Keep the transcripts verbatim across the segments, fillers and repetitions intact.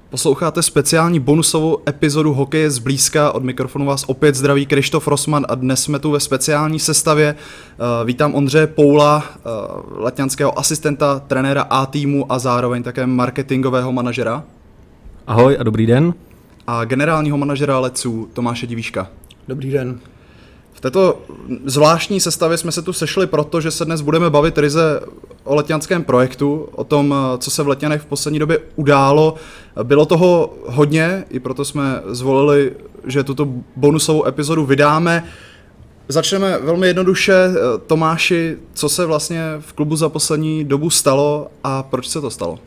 Posloucháte speciální bonusovou epizodu Hokeje zblízka. Od mikrofonu vás opět zdraví Krištof Rossmann a dnes jsme tu ve speciální sestavě. Vítám Ondřeje Poula, letňanského asistenta, trenéra A týmu a zároveň také marketingového manažera. Ahoj a dobrý den. A generálního manažera Letců Tomáše Divíška. Dobrý den. V této zvláštní sestavě jsme se tu sešli proto, že se dnes budeme bavit ryze o letňanském projektu, o tom, co se v Letňanech v poslední době událo. Bylo toho hodně, i proto jsme zvolili, že tuto bonusovou epizodu vydáme. Začneme velmi jednoduše. Tomáši, co se vlastně v klubu za poslední dobu stalo a proč se to stalo?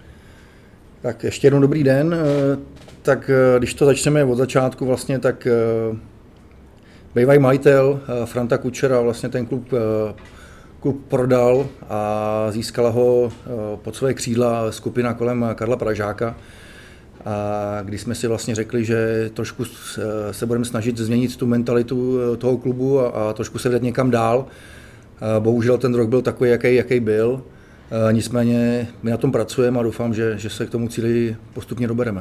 Tak ještě jednou dobrý den. Tak když to začneme od začátku vlastně, tak bývalý majitel Franta Kučera vlastně ten klub, klub prodal a získala ho pod své křídla skupina kolem Karla Pražáka. A když jsme si vlastně řekli, že trošku se budeme snažit změnit tu mentalitu toho klubu a, a trošku se vydat někam dál. Bohužel ten rok byl takový, jaký, jaký byl. Nicméně my na tom pracujeme a doufám, že, že se k tomu cíli postupně dobereme.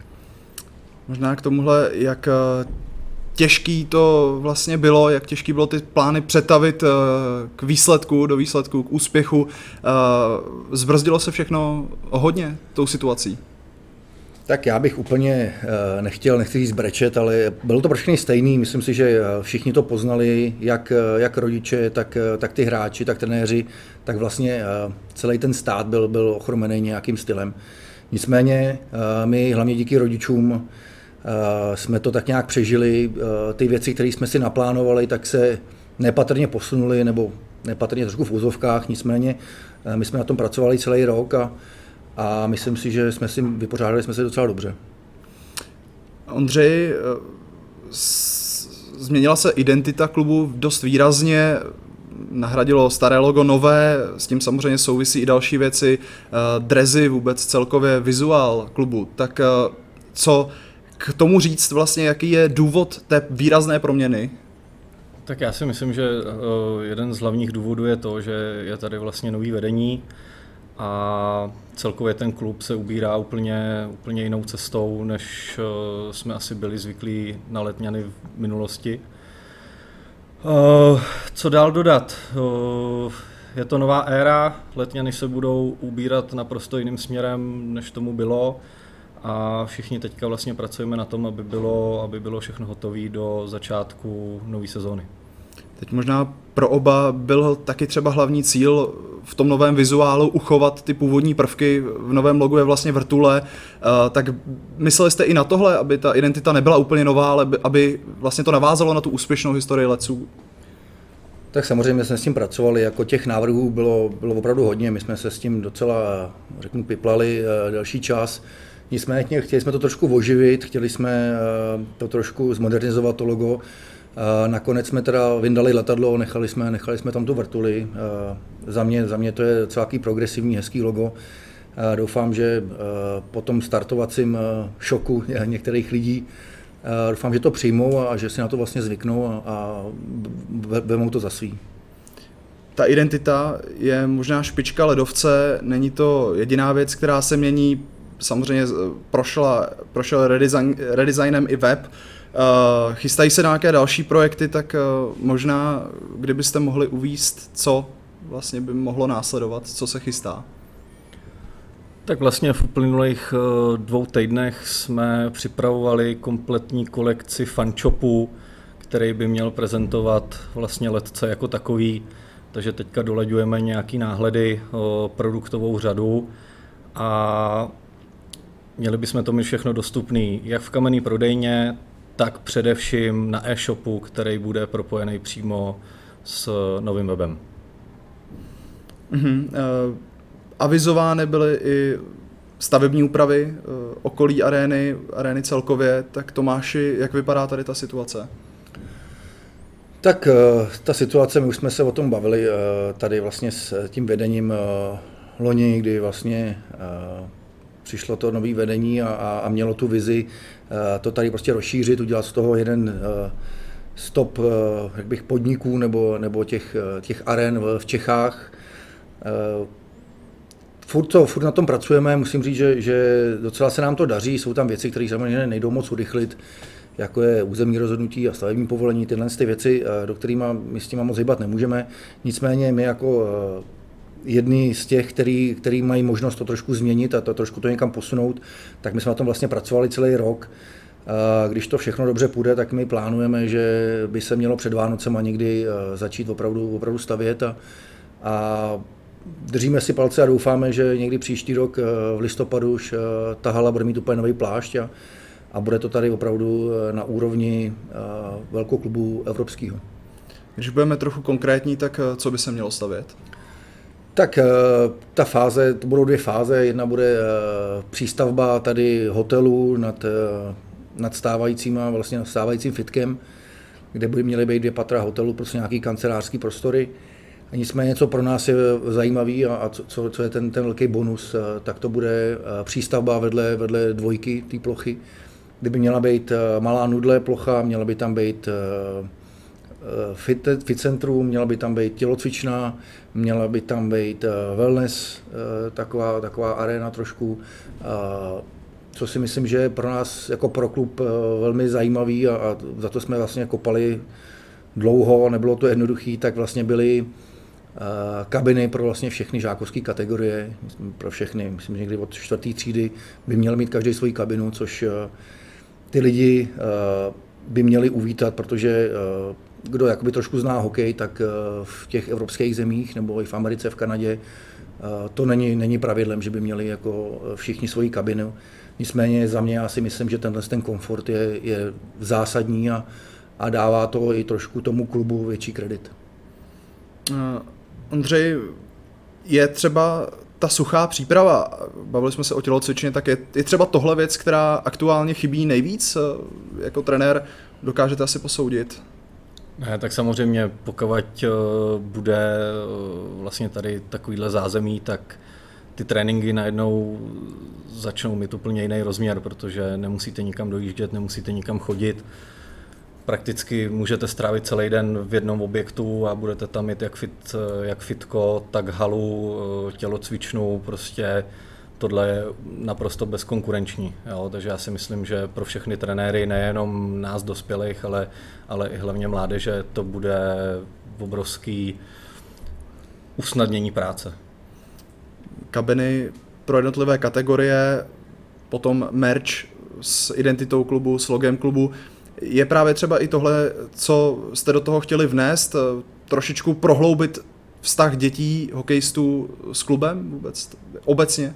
Možná k tomuhle, jak těžký to vlastně bylo, jak těžký bylo ty plány přetavit k výsledku, do výsledku, k úspěchu. Zbrzdilo se všechno hodně tou situací? Tak já bych úplně nechtěl, nechci říct brečet, ale bylo to pro všechny stejný. Myslím si, že všichni to poznali, jak, jak rodiče, tak, tak ty hráči, tak trenéři, tak vlastně celý ten stát byl, byl ochromený nějakým stylem. Nicméně my hlavně díky rodičům jsme to tak nějak přežili. Ty věci, které jsme si naplánovali, tak se nepatrně posunuli, nebo nepatrně trošku v úzovkách, nicméně my jsme na tom pracovali celý rok a A myslím si, že jsme si vypořádali jsme se docela dobře. Ondřej, změnila se identita klubu dost výrazně, nahradilo staré logo nové, s tím samozřejmě souvisí i další věci, dresy, vůbec celkově vizuál klubu. Tak co k tomu říct vlastně, jaký je důvod té výrazné proměny? Tak já si myslím, že jeden z hlavních důvodů je to, že je tady vlastně nový vedení, a celkově ten klub se ubírá úplně, úplně jinou cestou, než jsme asi byli zvyklí na Letňany v minulosti. Co dál dodat? Je to nová éra, Letňany se budou ubírat naprosto jiným směrem, než tomu bylo, a všichni teďka vlastně pracujeme na tom, aby bylo, aby bylo všechno hotové do začátku nové sezóny. Teď možná pro oba byl taky třeba hlavní cíl v tom novém vizuálu uchovat ty původní prvky, v novém logu je vlastně vrtule, tak mysleli jste i na tohle, aby ta identita nebyla úplně nová, ale aby vlastně to navázalo na tu úspěšnou historii Letců? Tak samozřejmě jsme s tím pracovali, jako těch návrhů bylo, bylo opravdu hodně, my jsme se s tím docela, řeknu, piplali další čas. Nicméně chtěli jsme to trošku oživit, chtěli jsme to trošku zmodernizovat, to logo. Nakonec jsme teda vyndali letadlo, nechali jsme, nechali jsme tam tu vrtuli. Za mě, za mě to je celý progresivní, hezký logo. Doufám, že po tom startovacím šoku některých lidí, doufám, že to přijmou a že si na to vlastně zvyknou a, a vezmou to za svý. Ta identita je možná špička ledovce, není to jediná věc, která se mění. Samozřejmě prošla, prošel redesign, redesignem i web. Uh, chystají se nějaké další projekty, tak uh, možná, kdybyste mohli uvést, co vlastně by mohlo následovat, co se chystá? Tak vlastně v uplynulých uh, dvou týdnech jsme připravovali kompletní kolekci fanshopů, který by měl prezentovat vlastně Letce jako takový, takže teďka doleďujeme nějaký náhledy, uh, produktovou řadu a měli bychom to mít všechno dostupný jak v kamenné prodejně, tak především na e-shopu, který bude propojený přímo s novým webem. Mm-hmm. Uh, avizovány byly i stavební úpravy uh, okolí arény, arény celkově, tak Tomáši, jak vypadá tady ta situace? Tak uh, ta situace, my už jsme se o tom bavili uh, tady vlastně s tím vedením uh, loni, kdy vlastně uh, přišlo to nový vedení a, a, a mělo tu vizi to tady prostě rozšířit, udělat z toho jeden stop, jak bych, podniků nebo, nebo těch, těch aren v Čechách. furt, to, furt na tom pracujeme, musím říct, že, že docela se nám to daří, jsou tam věci, které samozřejmě nejdou moc urychlit, jako je územní rozhodnutí a stavební povolení, tyhle ty věci, do kterých my s tím moc hýbat nemůžeme. Nicméně my jako jedni z těch, který, který mají možnost to trošku změnit a to trošku to někam posunout, tak my jsme na tom vlastně pracovali celý rok. Když to všechno dobře půjde, tak my plánujeme, že by se mělo před Vánocema někdy začít opravdu, opravdu stavět a, a držíme si palce a doufáme, že někdy příští rok v listopadu už ta hala bude mít úplně nový plášť a, a bude to tady opravdu na úrovni velkou klubu evropského. Když budeme trochu konkrétní, tak co by se mělo stavět? Tak ta fáze, to budou dvě fáze. Jedna bude přístavba tady hotelu nad, nad stávajícíma, vlastně stávajícím fitkem, kde by měly být dvě patra hotelu, prostě nějaký kancelářský prostory. A nicméně, co pro nás je zajímavý a, a co, co je ten, ten velký bonus, tak to bude přístavba vedle, vedle dvojky té plochy, kde by měla být malá nudle plocha, měla by tam být fit, fit centrum, měla by tam být tělocvičná, měla by tam být wellness, taková, taková arena trošku, co si myslím, že je pro nás jako pro klub velmi zajímavý a, a za to jsme vlastně kopali dlouho, nebylo to jednoduché, tak vlastně byly kabiny pro vlastně všechny žákovské kategorie, pro všechny, myslím, že někdy od čtvrté třídy by měl mít každý svoji kabinu, což ty lidi by měli uvítat, protože kdo jakoby trošku zná hokej, tak v těch evropských zemích nebo i v Americe, v Kanadě to není, není pravidlem, že by měli jako všichni svoji kabinu. Nicméně za mě já si myslím, že tenhle ten komfort je, je zásadní a, a dává to i trošku tomu klubu větší kredit. Uh, Ondřej, je třeba ta suchá příprava, bavili jsme se o tělocvičně, tak je, je třeba tohle věc, která aktuálně chybí nejvíc? Jako trenér dokážete asi posoudit? Ne, tak samozřejmě pokud bude vlastně tady takovýhle zázemí, tak ty tréninky najednou začnou mít úplně jiný rozměr, protože nemusíte nikam dojíždět, nemusíte nikam chodit. Prakticky můžete strávit celý den v jednom objektu a budete tam mít jak, fit, jak fitko, tak halu, tělocvičnu, prostě tohle je naprosto bezkonkurenční. Jo? Takže já si myslím, že pro všechny trenéry, nejenom nás dospělých, ale, ale i hlavně mládeže, to bude obrovský usnadnění práce. Kabiny pro jednotlivé kategorie, potom merch s identitou klubu, s logem klubu. Je právě třeba i tohle, co jste do toho chtěli vnést, trošičku prohloubit vztah dětí, hokejistů s klubem vůbec, obecně?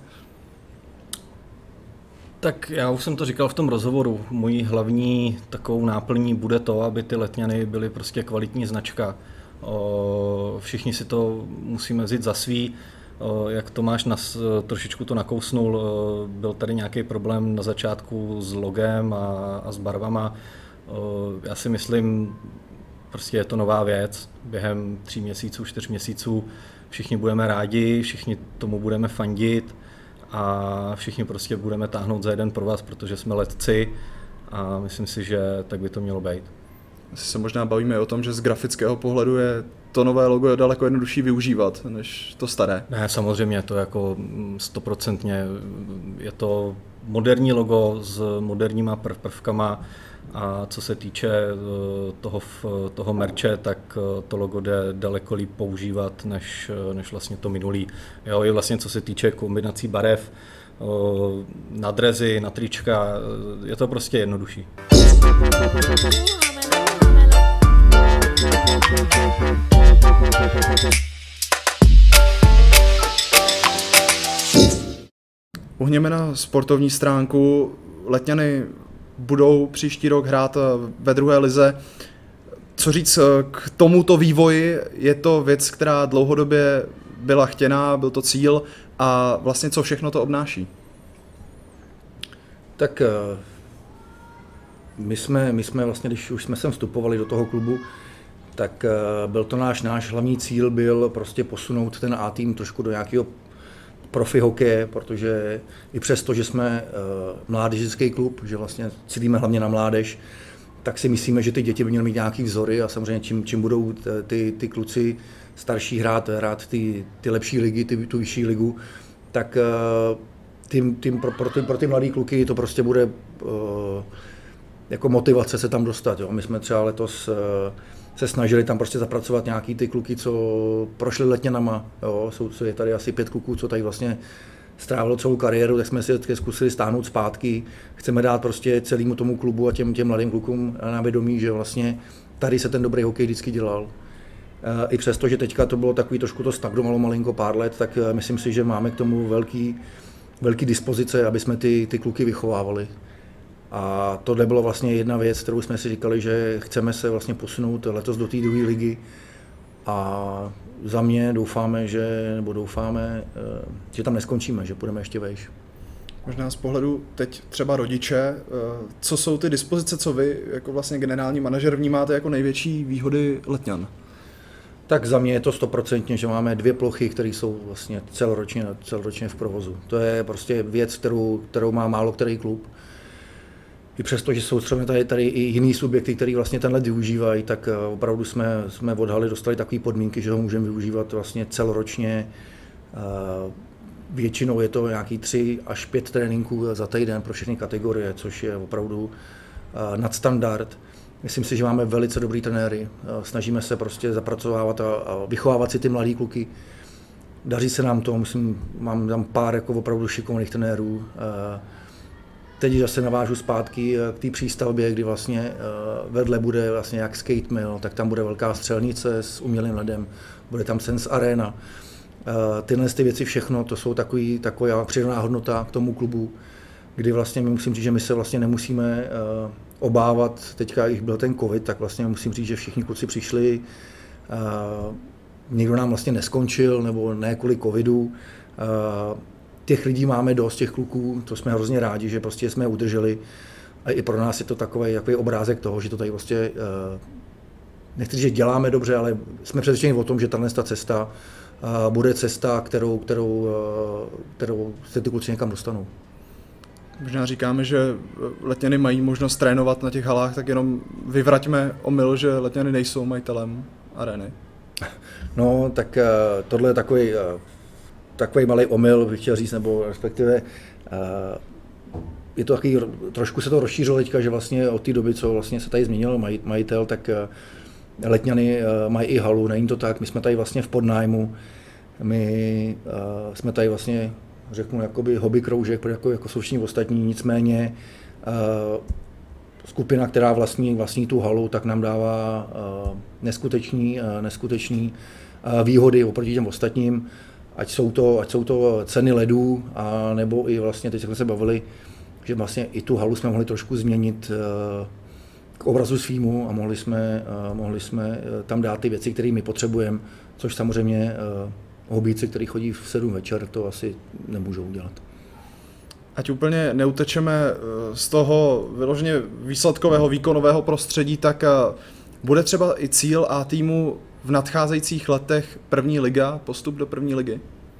Tak já už jsem to říkal v tom rozhovoru. Mojí hlavní takovou náplní bude to, aby ty Letňany byly prostě kvalitní značka. Všichni si to musíme vzít za svý. Jak Tomáš nas, trošičku to nakousnul, byl tady nějaký problém na začátku s logem a, a s barvama. Já si myslím, prostě je to nová věc. Během tří měsíců, čtyř měsíců všichni budeme rádi, všichni tomu budeme fandit a všichni prostě budeme táhnout za jeden pro vás, protože jsme letci a myslím si, že tak by to mělo být. Asi se možná bavíme o tom, že z grafického pohledu je to nové logo je daleko jednodušší využívat než to staré. Ne, samozřejmě, to jako stoprocentně je to moderní logo s moderníma prv, prvkama a co se týče toho, toho merče, tak to logo jde daleko líp používat než, než vlastně to minulý. Jo, i vlastně co se týče kombinací barev, na drezy, na trička, je to prostě jednodušší. Uhněme na sportovní stránku. Letňany budou příští rok hrát ve druhé lize. Co říct k tomuto vývoji? Je to věc, která dlouhodobě byla chtěná, byl to cíl a vlastně co všechno to obnáší? Tak my jsme, my jsme vlastně, když už jsme sem vstupovali do toho klubu, tak byl to náš, náš hlavní cíl, byl prostě posunout ten A-tým trošku do nějakého profi hokeje, protože i přesto, že jsme mládežnický klub, že vlastně cílíme hlavně na mládež, tak si myslíme, že ty děti by měly mít nějaký vzory a samozřejmě čím, čím budou ty, ty kluci starší hrát, hrát ty, ty lepší ligy, ty, tu vyšší ligu, tak tím, tím, pro, pro, ty, pro ty mladý kluky to prostě bude jako motivace se tam dostat. Jo. My jsme třeba letos se snažili tam prostě zapracovat nějaký ty kluky, co prošli Letňanama. Jo. Jsou, je tady asi pět kluků, co tady vlastně strávilo celou kariéru, tak jsme si to zkusili stáhnout zpátky. Chceme dát prostě celému tomu klubu a těm, těm mladým klukům na vědomí, že vlastně tady se ten dobrý hokej vždycky dělal. I přesto, že teďka to bylo takový trošku to stagnovalo malinko pár let, tak myslím si, že máme k tomu velký, velký dispozice, aby jsme ty, ty kluky vychovávali. A tohle bylo vlastně jedna věc, kterou jsme si říkali, že chceme se vlastně posunout letos do té druhé ligy. A za mě doufáme, že, nebo doufáme, že tam neskončíme, že půjdeme ještě vejš. Možná z pohledu teď třeba rodiče, co jsou ty dispozice, co vy jako vlastně generální manažer vnímáte jako největší výhody Letňan? Tak za mě je to stoprocentně, že máme dvě plochy, které jsou vlastně celoročně, celoročně v provozu. To je prostě věc, kterou, kterou má málo který klub. I přesto, že jsou třeba tady, tady i jiný subjekty, který vlastně tenhle využívají, tak opravdu jsme, jsme odhali, dostali takové podmínky, že ho můžeme využívat vlastně celoročně. Většinou je to nějaký tři až pět tréninků za týden pro všechny kategorie, což je opravdu nadstandard. Myslím si, že máme velice dobrý trenéry. Snažíme se prostě zapracovávat a, a vychovávat si ty mladý kluky. Daří se nám to, myslím, mám tam pár jako opravdu šikovných trenérů. Teď zase navážu zpátky k té přístavbě, kdy vlastně vedle bude vlastně jak skate mill, tak tam bude velká střelnice s umělým ledem, bude tam Sense Arena. Tyhle ty věci všechno, to jsou takový, taková přidaná hodnota k tomu klubu, kdy vlastně my musím říct, že my se vlastně nemusíme obávat, teďka když byl ten covid, tak vlastně musím říct, že všichni kluci přišli, nikdo nám vlastně neskončil, nebo ne kvůli covidu. Těch lidí máme dost, těch kluků, to jsme hrozně rádi, že prostě jsme je udrželi. A i pro nás je to takový, takový obrázek toho, že to tady prostě, nechci říct, že děláme dobře, ale jsme přesvědčeni o tom, že tahle cesta bude cesta, kterou, kterou, kterou se ty kluci někam dostanou. Možná říkáme, že Letňany mají možnost trénovat na těch halách, tak jenom vyvraťme omyl, že Letňany nejsou majitelem arény. No, tak tohle je takový, takový malý omyl, bych chtěl říct, nebo respektive je to takový, trošku se to rozšířilo teďka, že vlastně od té doby, co vlastně se tady změnil majitel, tak Letňany mají i halu, není to tak, my jsme tady vlastně v podnájmu, my jsme tady vlastně, řeknu, jakoby hobby kroužek, jako, jako jsou všichni ostatní, nicméně skupina, která vlastní, vlastní tu halu, tak nám dává neskutečný, neskutečný výhody oproti těm ostatním, ať jsou to, ať jsou to ceny ledů, a nebo i vlastně, teď jsme se bavili, že vlastně i tu halu jsme mohli trošku změnit k obrazu svýmu a mohli jsme, mohli jsme tam dát ty věci, které my potřebujeme, což samozřejmě hobíci, kteří chodí v sedm večer, to asi nemůžou udělat. Ať úplně neutečeme z toho vyloženě výsledkového, výkonového prostředí, tak bude třeba i cíl A týmu v nadcházejících letech první liga, postup do první ligy?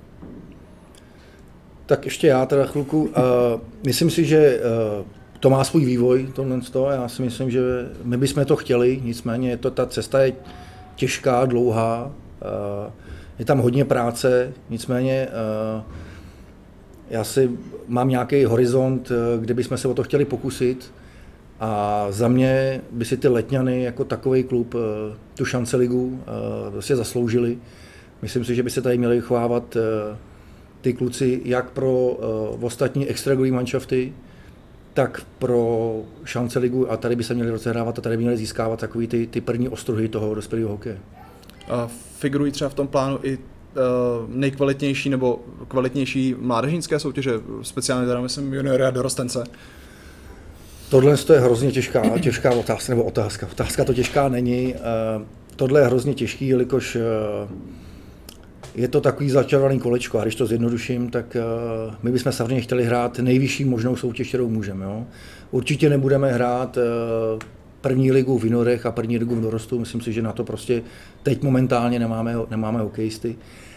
Tak ještě já teda chvilku. Uh, myslím si, že uh, to má svůj vývoj, tohle toho. Já si myslím, že my bychom to chtěli, nicméně to, ta cesta je těžká, dlouhá, uh, je tam hodně práce, nicméně uh, já si mám nějaký horizont, kde bychom se o to chtěli pokusit. A za mě by si ty Letňany jako takový klub tu šance ligu prostě zasloužili. Myslím si, že by se tady měli vychovávat ty kluci jak pro ostatní extraligový manšafty, tak pro šance ligu, a tady by se měli rozehrávat a tady by měli získávat takový ty, ty první ostruhy toho dospělého hokeje. A figurují třeba v tom plánu i nejkvalitnější nebo kvalitnější mládežnické soutěže, speciálně teda myslím juniory a dorostence? Tohle je hrozně těžká, těžká otázka, nebo otázka. Otázka to těžká není. Tohle je hrozně těžký, jelikož je to takový začarovaný kolečko. A když to zjednoduším, tak my bychom samozřejmě chtěli hrát nejvyšší možnou soutěž, kterou můžeme. Jo? Určitě nebudeme hrát první ligu v juniorech a první ligu v dorostu. Myslím si, že na to prostě teď momentálně nemáme, nemáme hokejisty.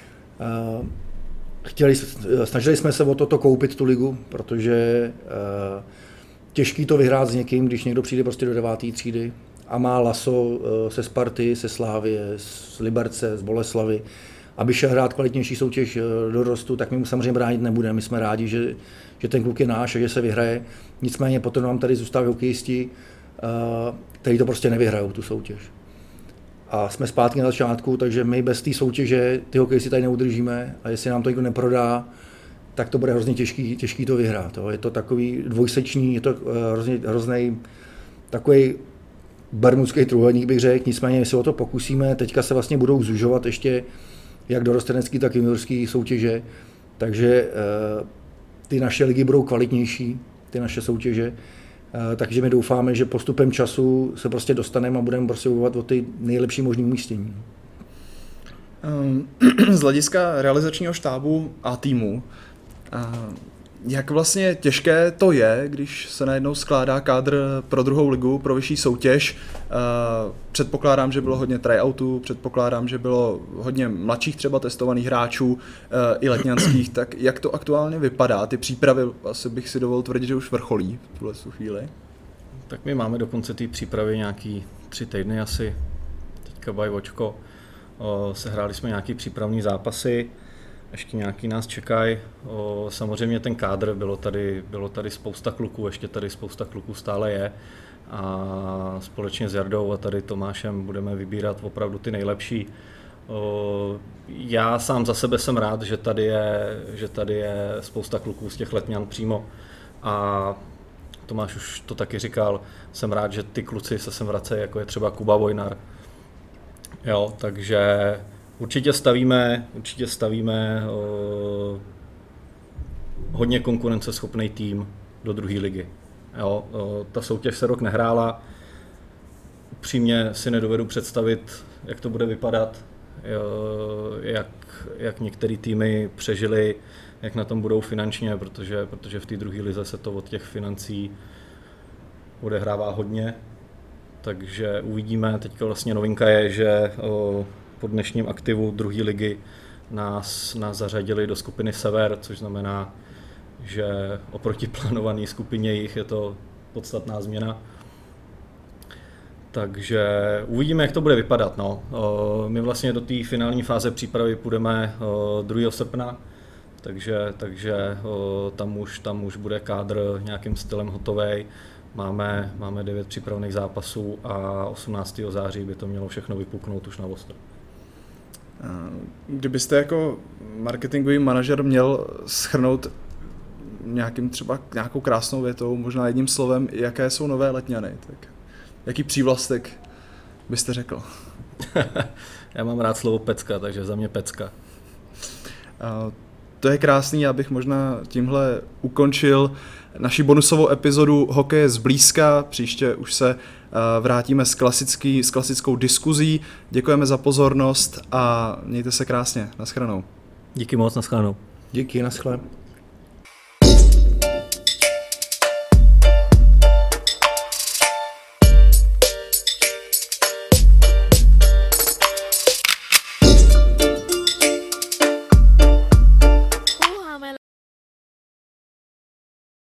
Chtěli, snažili jsme se o toto koupit, tu ligu, protože těžký to vyhrát s někým, když někdo přijde prostě do deváté třídy a má laso se Sparty, se Slávie, z Liberce, z Boleslavy aby šel hrát kvalitnější soutěž do dorostu, tak my mu samozřejmě bránit nebudeme. My jsme rádi, že, že ten kluk je náš a že se vyhraje. Nicméně potom nám tady zůstávají hokejisti, kteří to prostě nevyhrajou, tu soutěž. A jsme zpátky na začátku, takže my bez té soutěže ty hokejisti tady neudržíme a jestli nám to někdo neprodá, tak to bude hrozně těžký, těžký to vyhrát. Je to takový dvojsečný, je to hrozně, hrozný takový bermudský trůhelník, bych řekl, nicméně my se o to pokusíme. Teďka se vlastně budou zužovat ještě jak dorostenecký, tak juniorský soutěže, takže ty naše ligy budou kvalitnější, ty naše soutěže, takže my doufáme, že postupem času se prostě dostaneme a budeme prostě bojovat o ty nejlepší možný umístění. Z hlediska realizačního štábu a týmu, jak vlastně těžké to je, když se najednou skládá kádr pro druhou ligu, pro vyšší soutěž. Předpokládám, že bylo hodně tryoutů, předpokládám, že bylo hodně mladších třeba testovaných hráčů i letňanských, tak jak to aktuálně vypadá? Ty přípravy, asi bych si dovolil tvrdit, že už vrcholí v tuhle chvíli. Tak my máme do konce té přípravy nějaký tři týdny asi, teďka bajvočko. Sehráli jsme nějaký přípravní zápasy, ještě nějaký nás čekají. Samozřejmě ten kádr, bylo tady, bylo tady spousta kluků, ještě tady spousta kluků stále je. A společně s Jardou a tady Tomášem budeme vybírat opravdu ty nejlepší. Já sám za sebe jsem rád, že tady je, že tady je spousta kluků z těch letňan přímo. A Tomáš už to taky říkal, jsem rád, že ty kluci se sem vracejí, jako je třeba Kuba Vojnar. Jo, takže určitě stavíme, určitě stavíme uh, hodně konkurenceschopný tým do druhé ligy. Jo, uh, ta soutěž se rok nehrála, upřímně si nedovedu představit, jak to bude vypadat, uh, jak, jak některé týmy přežily, jak na tom budou finančně, protože, protože v té druhé lize se to od těch financí odehrává hodně. Takže uvidíme, teďka vlastně novinka je, že uh, po dnešním aktivu druhé ligy nás, nás zařadili do skupiny Sever, což znamená, že oproti plánované skupině jich je to podstatná změna. Takže uvidíme, jak to bude vypadat. No. My vlastně do té finální fáze přípravy půjdeme druhého srpna, takže, takže tam, už, tam už bude kádr nějakým stylem hotovej. Máme, máme devět přípravných zápasů a osmnáctého září by to mělo všechno vypuknout už na ostro. Kdybyste jako marketingový manažer měl shrnout nějakým třeba nějakou krásnou větou, možná jedním slovem, jaké jsou nové letňany, tak jaký přívlastek byste řekl? Já mám rád slovo pecka, takže za mě pecka. To je krásný, já bych možná tímhle ukončil naši bonusovou epizodu Hokeje zblízka. Příště už se vrátíme s, klasický, s klasickou diskuzí. Děkujeme za pozornost a mějte se krásně. Naschledanou. Díky moc, naschledanou. Díky, naschle.